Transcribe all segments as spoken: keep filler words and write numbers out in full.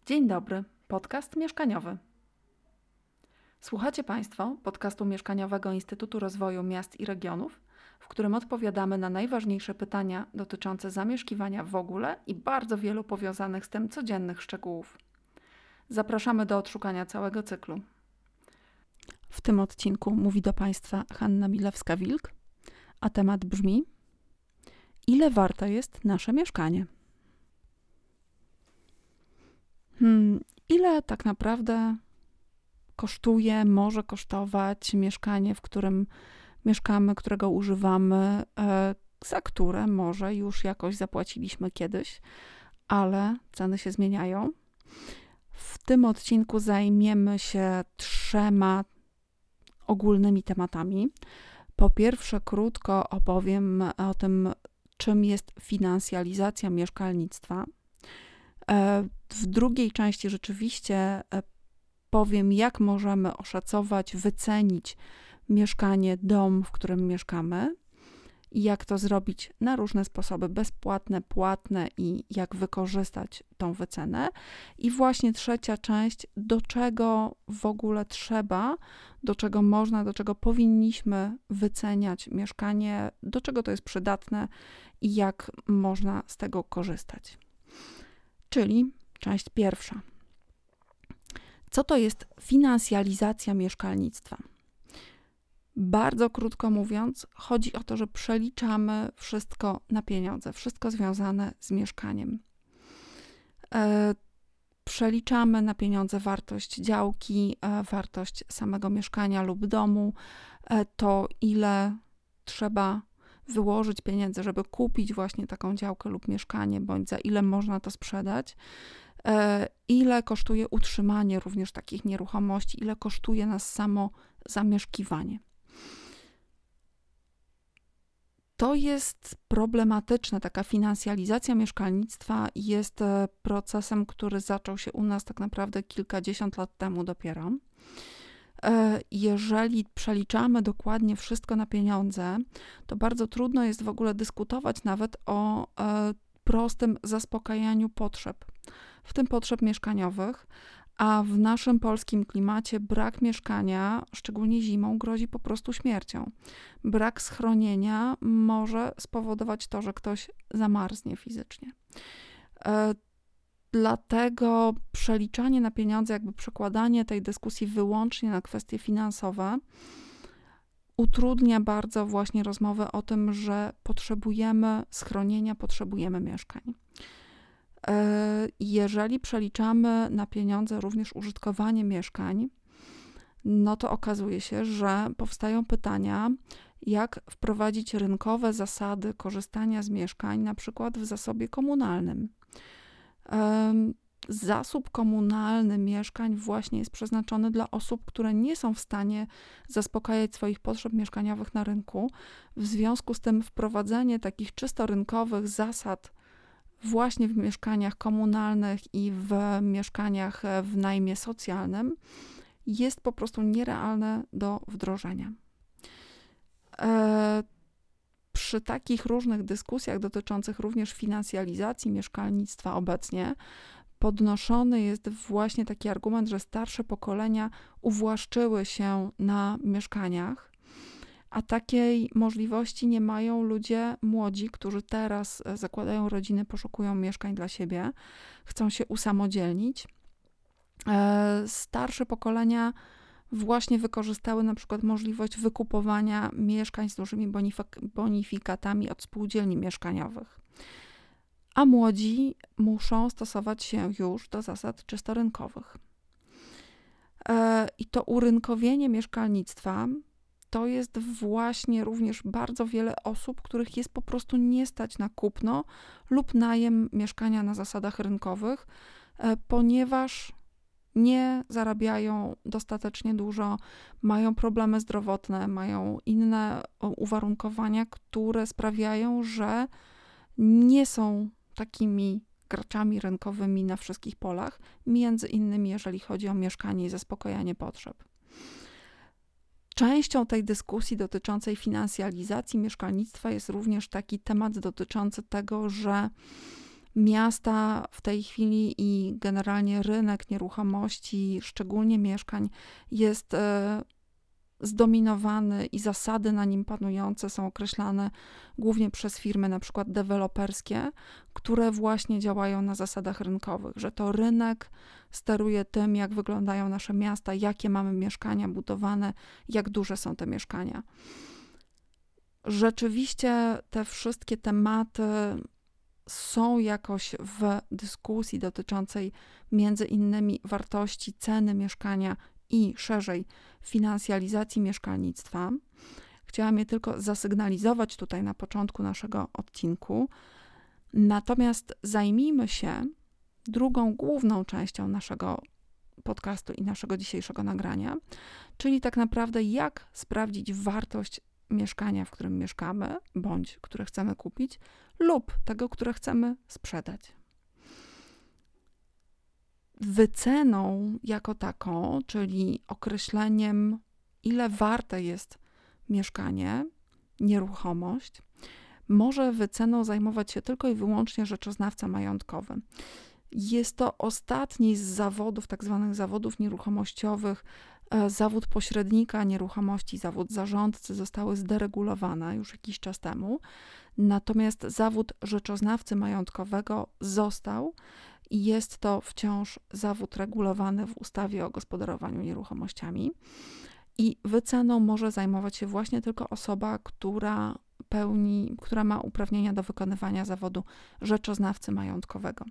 Dzień dobry, podcast mieszkaniowy. Słuchacie Państwo podcastu mieszkaniowego Instytutu Rozwoju Miast i Regionów, w którym odpowiadamy na najważniejsze pytania dotyczące zamieszkiwania w ogóle i bardzo wielu powiązanych z tym codziennych szczegółów. Zapraszamy do odszukania całego cyklu. W tym odcinku mówi do Państwa Hanna Milewska-Wilk, a temat brzmi: ile warte jest nasze mieszkanie? Hmm, ile tak naprawdę kosztuje, może kosztować mieszkanie, w którym mieszkamy, którego używamy, e, za które może już jakoś zapłaciliśmy kiedyś, ale ceny się zmieniają. W tym odcinku zajmiemy się trzema ogólnymi tematami. Po pierwsze, krótko opowiem o tym, czym jest finansjalizacja mieszkalnictwa. W drugiej części rzeczywiście powiem, jak możemy oszacować, wycenić mieszkanie, dom, w którym mieszkamy i jak to zrobić na różne sposoby, bezpłatne, płatne i jak wykorzystać tą wycenę. I właśnie trzecia część, do czego w ogóle trzeba, do czego można, do czego powinniśmy wyceniać mieszkanie, do czego to jest przydatne i jak można z tego korzystać. Czyli część pierwsza. Co to jest finansjalizacja mieszkalnictwa? Bardzo krótko mówiąc, chodzi o to, że przeliczamy wszystko na pieniądze, wszystko związane z mieszkaniem. E, przeliczamy na pieniądze wartość działki, e, wartość samego mieszkania lub domu, e, to ile trzeba wyłożyć pieniędzy, żeby kupić właśnie taką działkę lub mieszkanie, bądź za ile można to sprzedać. Ile kosztuje utrzymanie również takich nieruchomości, ile kosztuje nas samo zamieszkiwanie. To jest problematyczne. Taka finansjalizacja mieszkalnictwa jest procesem, który zaczął się u nas tak naprawdę kilkadziesiąt lat temu dopiero. Jeżeli przeliczamy dokładnie wszystko na pieniądze, to bardzo trudno jest w ogóle dyskutować nawet o prostym zaspokajaniu potrzeb, w tym potrzeb mieszkaniowych, a w naszym polskim klimacie brak mieszkania, szczególnie zimą, grozi po prostu śmiercią. Brak schronienia może spowodować to, że ktoś zamarznie fizycznie. E, dlatego przeliczanie na pieniądze, jakby przekładanie tej dyskusji wyłącznie na kwestie finansowe, utrudnia bardzo właśnie rozmowę o tym, że potrzebujemy schronienia, potrzebujemy mieszkań. Jeżeli przeliczamy na pieniądze również użytkowanie mieszkań, no to okazuje się, że powstają pytania, jak wprowadzić rynkowe zasady korzystania z mieszkań, na przykład w zasobie komunalnym. Zasób komunalny mieszkań właśnie jest przeznaczony dla osób, które nie są w stanie zaspokajać swoich potrzeb mieszkaniowych na rynku. W związku z tym wprowadzenie takich czysto rynkowych zasad właśnie w mieszkaniach komunalnych i w mieszkaniach w najmie socjalnym jest po prostu nierealne do wdrożenia. E, przy takich różnych dyskusjach dotyczących również finansjalizacji mieszkalnictwa obecnie podnoszony jest właśnie taki argument, że starsze pokolenia uwłaszczyły się na mieszkaniach, a takiej możliwości nie mają ludzie młodzi, którzy teraz zakładają rodziny, poszukują mieszkań dla siebie, chcą się usamodzielnić. Starsze pokolenia właśnie wykorzystały na przykład możliwość wykupowania mieszkań z dużymi bonifik- bonifikatami od spółdzielni mieszkaniowych. A młodzi muszą stosować się już do zasad czysto rynkowych. I to urynkowienie mieszkalnictwa to jest właśnie również bardzo wiele osób, których jest po prostu nie stać na kupno lub najem mieszkania na zasadach rynkowych, ponieważ nie zarabiają dostatecznie dużo, mają problemy zdrowotne, mają inne uwarunkowania, które sprawiają, że nie są takimi graczami rynkowymi na wszystkich polach, między innymi jeżeli chodzi o mieszkanie i zaspokajanie potrzeb. Częścią tej dyskusji dotyczącej finansjalizacji mieszkalnictwa jest również taki temat dotyczący tego, że Miasta w tej chwili i generalnie rynek nieruchomości, szczególnie mieszkań, jest zdominowany i zasady na nim panujące są określane głównie przez firmy na przykład deweloperskie, które właśnie działają na zasadach rynkowych, że to rynek steruje tym, jak wyglądają nasze miasta, jakie mamy mieszkania budowane, jak duże są te mieszkania. Rzeczywiście te wszystkie tematy są jakoś w dyskusji dotyczącej między innymi wartości ceny mieszkania i szerzej finansjalizacji mieszkalnictwa. Chciałam je tylko zasygnalizować tutaj na początku naszego odcinku. Natomiast zajmijmy się drugą główną częścią naszego podcastu i naszego dzisiejszego nagrania, czyli tak naprawdę jak sprawdzić wartość mieszkania, w którym mieszkamy, bądź które chcemy kupić, lub tego, które chcemy sprzedać. Wyceną jako taką, czyli określeniem, ile warte jest mieszkanie, nieruchomość, może wyceną zajmować się tylko i wyłącznie rzeczoznawca majątkowy. Jest to ostatni z zawodów, tak zwanych zawodów nieruchomościowych. Zawód pośrednika nieruchomości, zawód zarządcy zostały zderegulowane już jakiś czas temu. Natomiast zawód rzeczoznawcy majątkowego został i jest to wciąż zawód regulowany w ustawie o gospodarowaniu nieruchomościami. I wyceną może zajmować się właśnie tylko osoba, która pełni, która ma uprawnienia do wykonywania zawodu rzeczoznawcy majątkowego.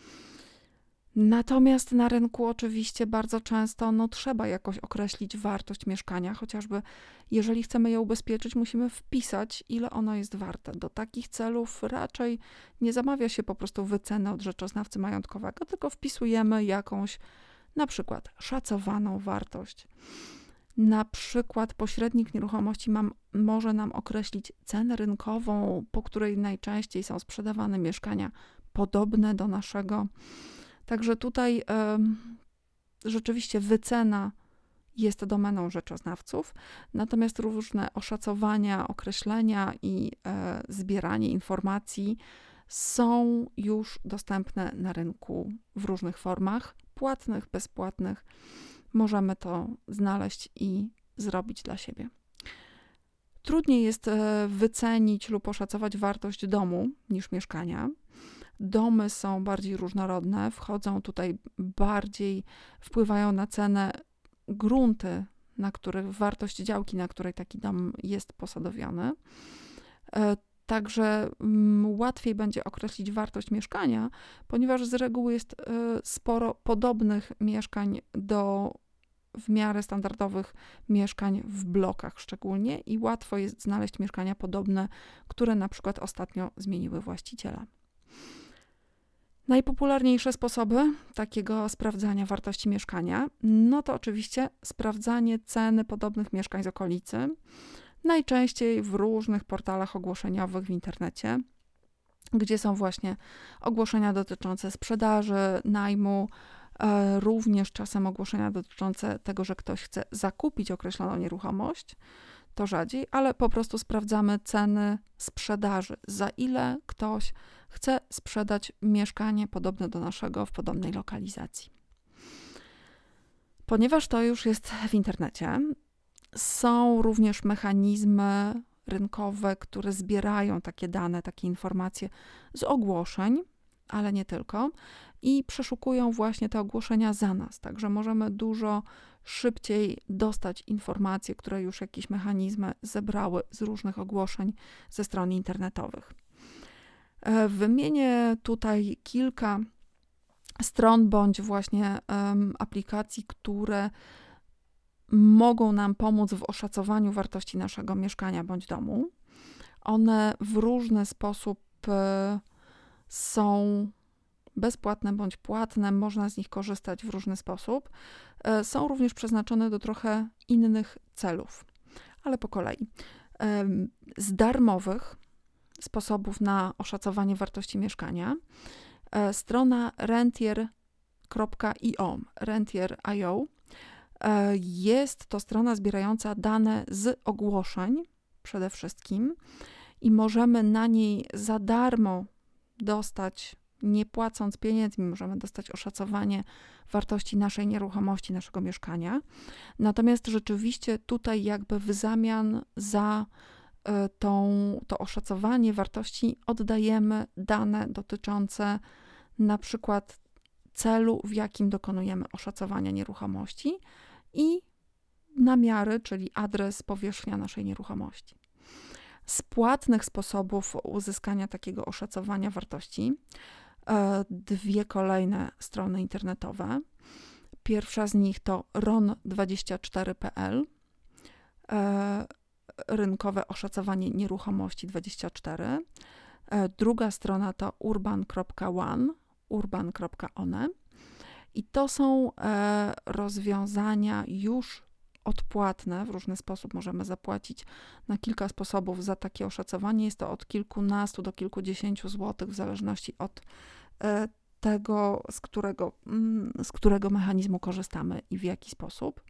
Natomiast na rynku oczywiście bardzo często no, trzeba jakoś określić wartość mieszkania, chociażby jeżeli chcemy je ubezpieczyć, musimy wpisać, ile ono jest warte. Do takich celów raczej nie zamawia się po prostu wyceny od rzeczoznawcy majątkowego, tylko wpisujemy jakąś na przykład szacowaną wartość. Na przykład pośrednik nieruchomości mam, może nam określić cenę rynkową, po której najczęściej są sprzedawane mieszkania podobne do naszego. Także tutaj y, rzeczywiście wycena jest domeną rzeczoznawców, natomiast różne oszacowania, określenia i y, zbieranie informacji są już dostępne na rynku w różnych formach, płatnych, bezpłatnych. Możemy to znaleźć i zrobić dla siebie. Trudniej jest y, wycenić lub oszacować wartość domu niż mieszkania. Domy są bardziej różnorodne, wchodzą tutaj bardziej, wpływają na cenę grunty, na których wartość działki, na której taki dom jest posadowiony. Także łatwiej będzie określić wartość mieszkania, ponieważ z reguły jest sporo podobnych mieszkań do w miarę standardowych mieszkań w blokach szczególnie i łatwo jest znaleźć mieszkania podobne, które na przykład ostatnio zmieniły właściciela. Najpopularniejsze sposoby takiego sprawdzania wartości mieszkania, no to oczywiście sprawdzanie ceny podobnych mieszkań z okolicy, najczęściej w różnych portalach ogłoszeniowych w internecie, gdzie są właśnie ogłoszenia dotyczące sprzedaży, najmu, e, również czasem ogłoszenia dotyczące tego, że ktoś chce zakupić określoną nieruchomość, to rzadziej, ale po prostu sprawdzamy ceny sprzedaży, za ile ktoś chce sprzedać mieszkanie podobne do naszego w podobnej lokalizacji. Ponieważ to już jest w internecie, są również mechanizmy rynkowe, które zbierają takie dane, takie informacje z ogłoszeń, ale nie tylko, i przeszukują właśnie te ogłoszenia za nas. Także możemy dużo szybciej dostać informacje, które już jakieś mechanizmy zebrały z różnych ogłoszeń ze stron internetowych. Wymienię tutaj kilka stron bądź właśnie um, aplikacji, które mogą nam pomóc w oszacowaniu wartości naszego mieszkania bądź domu. One w różny sposób e, są bezpłatne bądź płatne, można z nich korzystać w różny sposób. E, są również przeznaczone do trochę innych celów, ale po kolei. E, z darmowych sposobów na oszacowanie wartości mieszkania e, strona rentier kropka i o, rentier kropka i o. Jest to strona zbierająca dane z ogłoszeń przede wszystkim i możemy na niej za darmo dostać nie płacąc pieniędzmi, możemy dostać oszacowanie wartości naszej nieruchomości, naszego mieszkania. Natomiast rzeczywiście tutaj jakby w zamian za tą, to oszacowanie wartości oddajemy dane dotyczące na przykład celu, w jakim dokonujemy oszacowania nieruchomości i namiary, czyli adres, powierzchnia naszej nieruchomości. Z płatnych sposobów uzyskania takiego oszacowania wartości dwie kolejne strony internetowe. Pierwsza z nich to ron dwadzieścia cztery kropka p l, rynkowe oszacowanie nieruchomości dwadzieścia cztery. Druga strona to urban kropka one, urban kropka one. I to są rozwiązania już odpłatne. W różny sposób możemy zapłacić na kilka sposobów za takie oszacowanie. Jest to od kilkunastu do kilkudziesięciu złotych w zależności od tego, z którego, z którego mechanizmu korzystamy i w jaki sposób.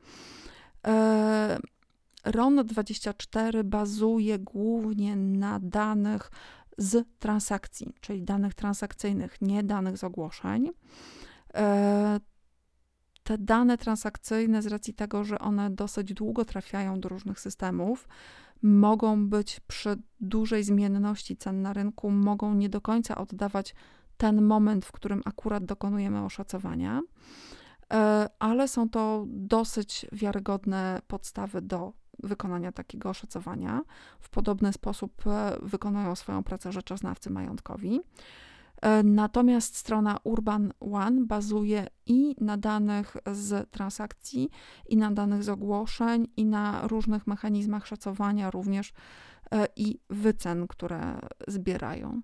ron dwadzieścia cztery bazuje głównie na danych z transakcji, czyli danych transakcyjnych, nie danych z ogłoszeń. Te dane transakcyjne, z racji tego, że one dosyć długo trafiają do różnych systemów, mogą być przy dużej zmienności cen na rynku, mogą nie do końca oddawać ten moment, w którym akurat dokonujemy oszacowania, ale są to dosyć wiarygodne podstawy do wykonania takiego oszacowania. W podobny sposób wykonują swoją pracę rzeczoznawcy majątkowi. Natomiast strona Urban One bazuje i na danych z transakcji, i na danych z ogłoszeń, i na różnych mechanizmach szacowania również i wycen, które zbierają.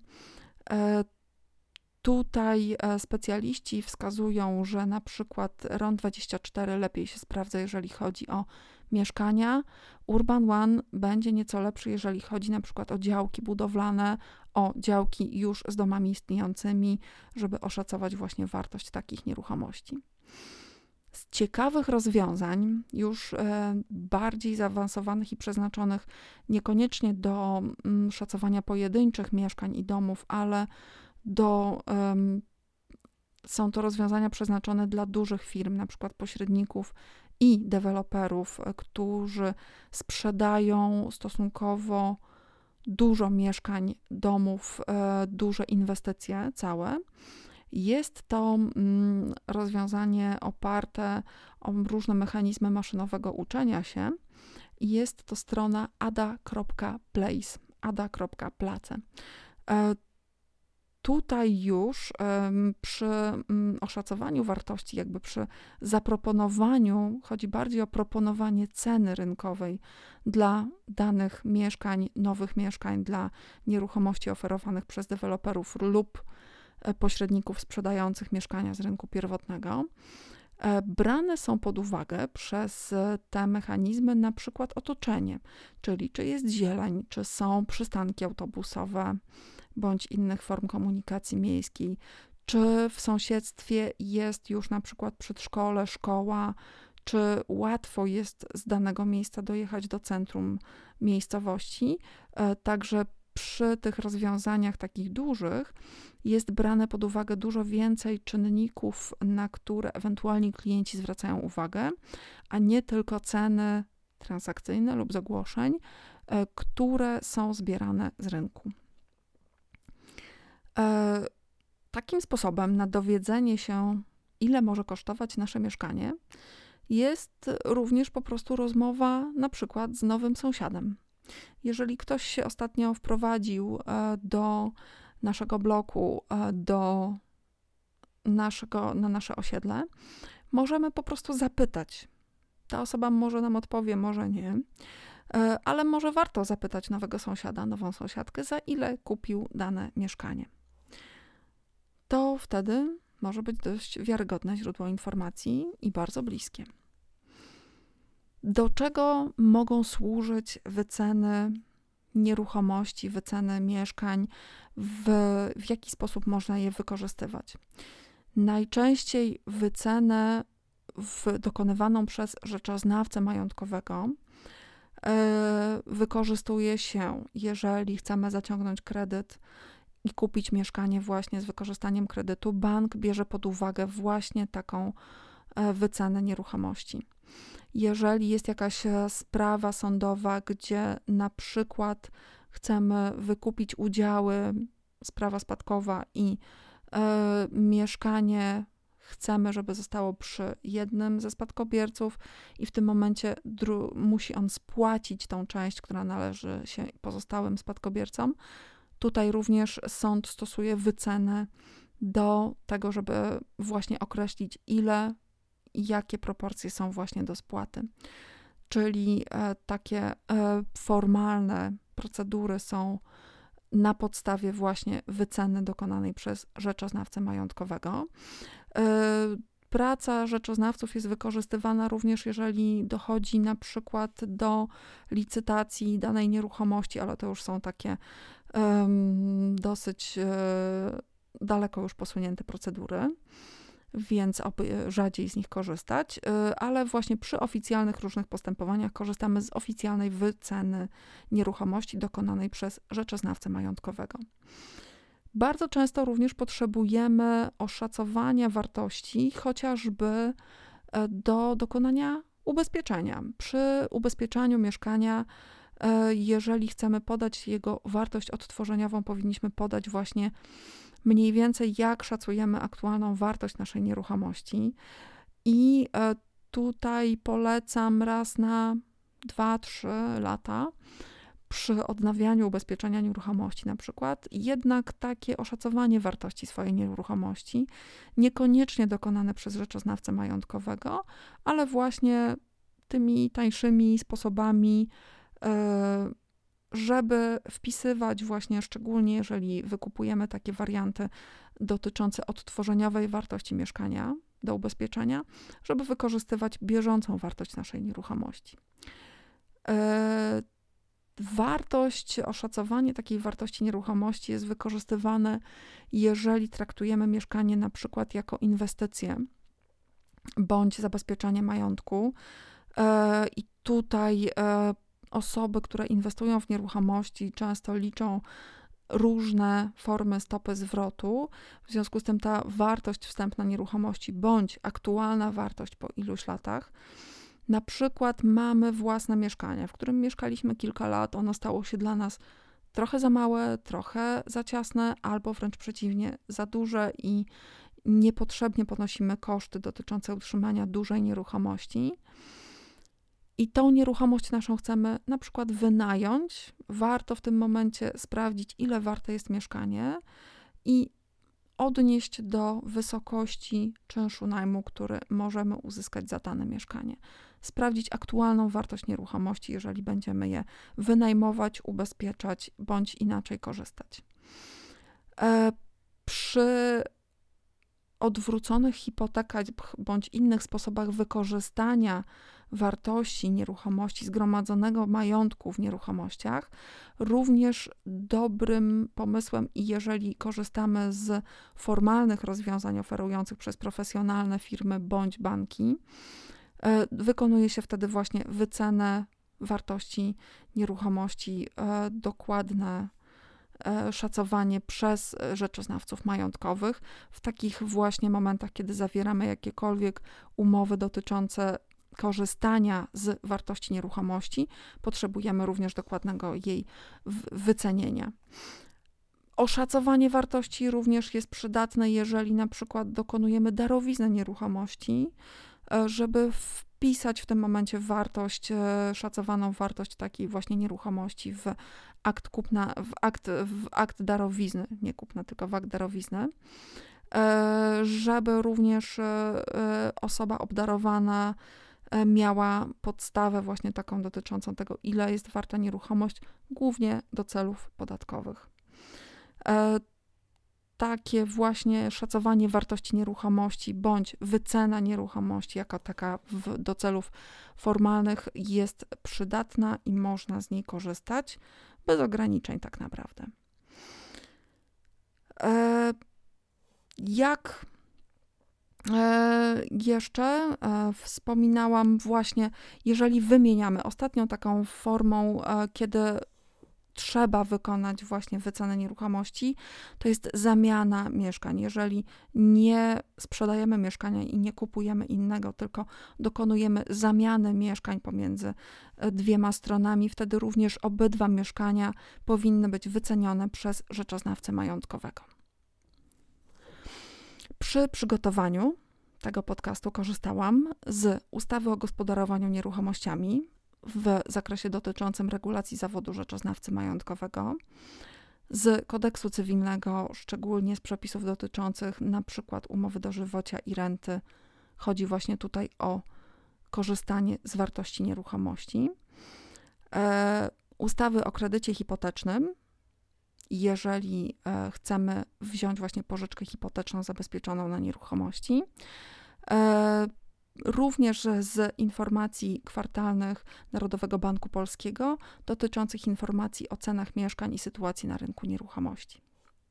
Tutaj specjaliści wskazują, że na przykład ron dwadzieścia cztery lepiej się sprawdza, jeżeli chodzi o mieszkania. Urban One będzie nieco lepszy, jeżeli chodzi na przykład o działki budowlane, o działki już z domami istniejącymi, żeby oszacować właśnie wartość takich nieruchomości. Z ciekawych rozwiązań, już bardziej zaawansowanych i przeznaczonych niekoniecznie do szacowania pojedynczych mieszkań i domów, ale do, um, są to rozwiązania przeznaczone dla dużych firm, na przykład pośredników i deweloperów, którzy sprzedają stosunkowo dużo mieszkań, domów, e, duże inwestycje całe. Jest to mm, rozwiązanie oparte o różne mechanizmy maszynowego uczenia się. Jest to strona ada kropka place, ada kropka place. E, Tutaj już um, przy um, oszacowaniu wartości, jakby przy zaproponowaniu, chodzi bardziej o proponowanie ceny rynkowej dla danych mieszkań, nowych mieszkań, dla nieruchomości oferowanych przez deweloperów lub pośredników sprzedających mieszkania z rynku pierwotnego. Brane są pod uwagę przez te mechanizmy na przykład otoczenie, czyli czy jest zieleń, czy są przystanki autobusowe, bądź innych form komunikacji miejskiej, czy w sąsiedztwie jest już na przykład przedszkole, szkoła, czy łatwo jest z danego miejsca dojechać do centrum miejscowości. Także przy tych rozwiązaniach takich dużych jest brane pod uwagę dużo więcej czynników, na które ewentualnie klienci zwracają uwagę, a nie tylko ceny transakcyjne lub z ogłoszeń, które są zbierane z rynku. Takim sposobem na dowiedzenie się, ile może kosztować nasze mieszkanie, jest również po prostu rozmowa na przykład z nowym sąsiadem. Jeżeli ktoś się ostatnio wprowadził do naszego bloku, do naszego, na nasze osiedle, możemy po prostu zapytać. Ta osoba może nam odpowie, może nie, ale może warto zapytać nowego sąsiada, nową sąsiadkę, za ile kupił dane mieszkanie. To wtedy może być dość wiarygodne źródło informacji i bardzo bliskie. Do czego mogą służyć wyceny nieruchomości, wyceny mieszkań, w, w jaki sposób można je wykorzystywać? Najczęściej wycenę w, dokonywaną przez rzeczoznawcę majątkowego yy, wykorzystuje się, jeżeli chcemy zaciągnąć kredyt i kupić mieszkanie właśnie z wykorzystaniem kredytu, bank bierze pod uwagę właśnie taką wycenę nieruchomości. Jeżeli jest jakaś sprawa sądowa, gdzie na przykład chcemy wykupić udziały, sprawa spadkowa i e, mieszkanie chcemy, żeby zostało przy jednym ze spadkobierców i w tym momencie dru- musi on spłacić tą część, która należy się pozostałym spadkobiercom. Tutaj również sąd stosuje wycenę do tego, żeby właśnie określić, ile i jakie proporcje są właśnie do spłaty. Czyli e, takie e, formalne procedury są na podstawie właśnie wyceny dokonanej przez rzeczoznawcę majątkowego. E, praca rzeczoznawców jest wykorzystywana również, jeżeli dochodzi na przykład do licytacji danej nieruchomości, ale to już są takie um, dosyć e, daleko już posunięte procedury, więc rzadziej z nich korzystać, ale właśnie przy oficjalnych różnych postępowaniach korzystamy z oficjalnej wyceny nieruchomości dokonanej przez rzeczoznawcę majątkowego. Bardzo często również potrzebujemy oszacowania wartości, chociażby do dokonania ubezpieczenia. Przy ubezpieczaniu mieszkania, jeżeli chcemy podać jego wartość odtworzeniową, powinniśmy podać właśnie mniej więcej jak szacujemy aktualną wartość naszej nieruchomości i tutaj polecam raz na dwa trzy lata przy odnawianiu ubezpieczenia nieruchomości na przykład, jednak takie oszacowanie wartości swojej nieruchomości, niekoniecznie dokonane przez rzeczoznawcę majątkowego, ale właśnie tymi tańszymi sposobami, żeby wpisywać właśnie, szczególnie jeżeli wykupujemy takie warianty dotyczące odtworzeniowej wartości mieszkania do ubezpieczenia, żeby wykorzystywać bieżącą wartość naszej nieruchomości. E, wartość, oszacowanie takiej wartości nieruchomości jest wykorzystywane, jeżeli traktujemy mieszkanie na przykład jako inwestycję bądź zabezpieczenie majątku e, i tutaj e, osoby, które inwestują w nieruchomości, często liczą różne formy stopy zwrotu. W związku z tym ta wartość wstępna nieruchomości bądź aktualna wartość po iluś latach. Na przykład mamy własne mieszkanie, w którym mieszkaliśmy kilka lat, ono stało się dla nas trochę za małe, trochę za ciasne, albo wręcz przeciwnie, za duże i niepotrzebnie ponosimy koszty dotyczące utrzymania dużej nieruchomości. I tą nieruchomość naszą chcemy na przykład wynająć. Warto w tym momencie sprawdzić, ile warte jest mieszkanie i odnieść do wysokości czynszu najmu, który możemy uzyskać za dane mieszkanie. Sprawdzić aktualną wartość nieruchomości, jeżeli będziemy je wynajmować, ubezpieczać bądź inaczej korzystać. E, przy odwróconych hipotekach bądź innych sposobach wykorzystania wartości nieruchomości, zgromadzonego majątku w nieruchomościach, również dobrym pomysłem i jeżeli korzystamy z formalnych rozwiązań oferujących przez profesjonalne firmy bądź banki, wykonuje się wtedy właśnie wycenę wartości nieruchomości, dokładne szacowanie przez rzeczoznawców majątkowych w takich właśnie momentach, kiedy zawieramy jakiekolwiek umowy dotyczące korzystania z wartości nieruchomości, potrzebujemy również dokładnego jej wycenienia. Oszacowanie wartości również jest przydatne, jeżeli na przykład dokonujemy darowizny nieruchomości, żeby wpisać w tym momencie wartość, szacowaną wartość takiej właśnie nieruchomości w akt kupna, w akt, w akt darowizny, nie kupna, tylko w akt darowizny, żeby również osoba obdarowana miała podstawę właśnie taką dotyczącą tego, ile jest warta nieruchomość, głównie do celów podatkowych. Takie właśnie szacowanie wartości nieruchomości bądź wycena nieruchomości jako taka w, do celów formalnych jest przydatna i można z niej korzystać bez ograniczeń tak naprawdę. E, jak e, jeszcze e, wspominałam właśnie, jeżeli wymieniamy ostatnią taką formą, e, kiedy trzeba wykonać właśnie wycenę nieruchomości, to jest zamiana mieszkań. Jeżeli nie sprzedajemy mieszkania i nie kupujemy innego, tylko dokonujemy zamiany mieszkań pomiędzy dwiema stronami, wtedy również obydwa mieszkania powinny być wycenione przez rzeczoznawcę majątkowego. Przy przygotowaniu tego podcastu korzystałam z ustawy o gospodarowaniu nieruchomościami w zakresie dotyczącym regulacji zawodu rzeczoznawcy majątkowego, z kodeksu cywilnego, szczególnie z przepisów dotyczących na przykład umowy dożywocia i renty. Chodzi właśnie tutaj o korzystanie z wartości nieruchomości. E, ustawy o kredycie hipotecznym, jeżeli e, chcemy wziąć właśnie pożyczkę hipoteczną zabezpieczoną na nieruchomości. E, również z informacji kwartalnych Narodowego Banku Polskiego dotyczących informacji o cenach mieszkań i sytuacji na rynku nieruchomości.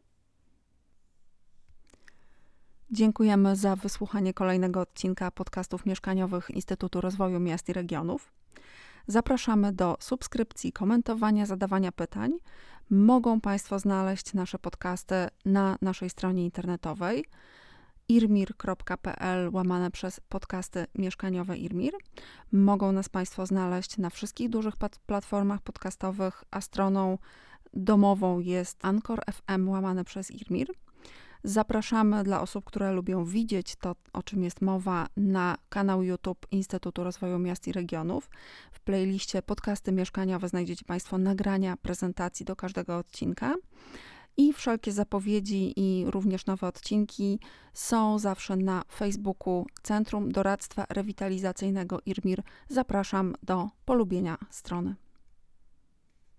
Dziękujemy za wysłuchanie kolejnego odcinka podcastów mieszkaniowych Instytutu Rozwoju Miast i Regionów. Zapraszamy do subskrypcji, komentowania, zadawania pytań. Mogą Państwo znaleźć nasze podcasty na naszej stronie internetowej irmir kropka pe el łamane przez podcasty mieszkaniowe Irmir. Mogą nas Państwo znaleźć na wszystkich dużych platformach podcastowych, a stroną domową jest Anchor kropka ef em łamane przez Irmir. Zapraszamy dla osób, które lubią widzieć to, o czym jest mowa, na kanał YouTube Instytutu Rozwoju Miast i Regionów. W playliście podcasty mieszkaniowe znajdziecie Państwo nagrania prezentacji do każdego odcinka. I wszelkie zapowiedzi i również nowe odcinki są zawsze na Facebooku Centrum Doradztwa Rewitalizacyjnego Irmir. Zapraszam do polubienia strony.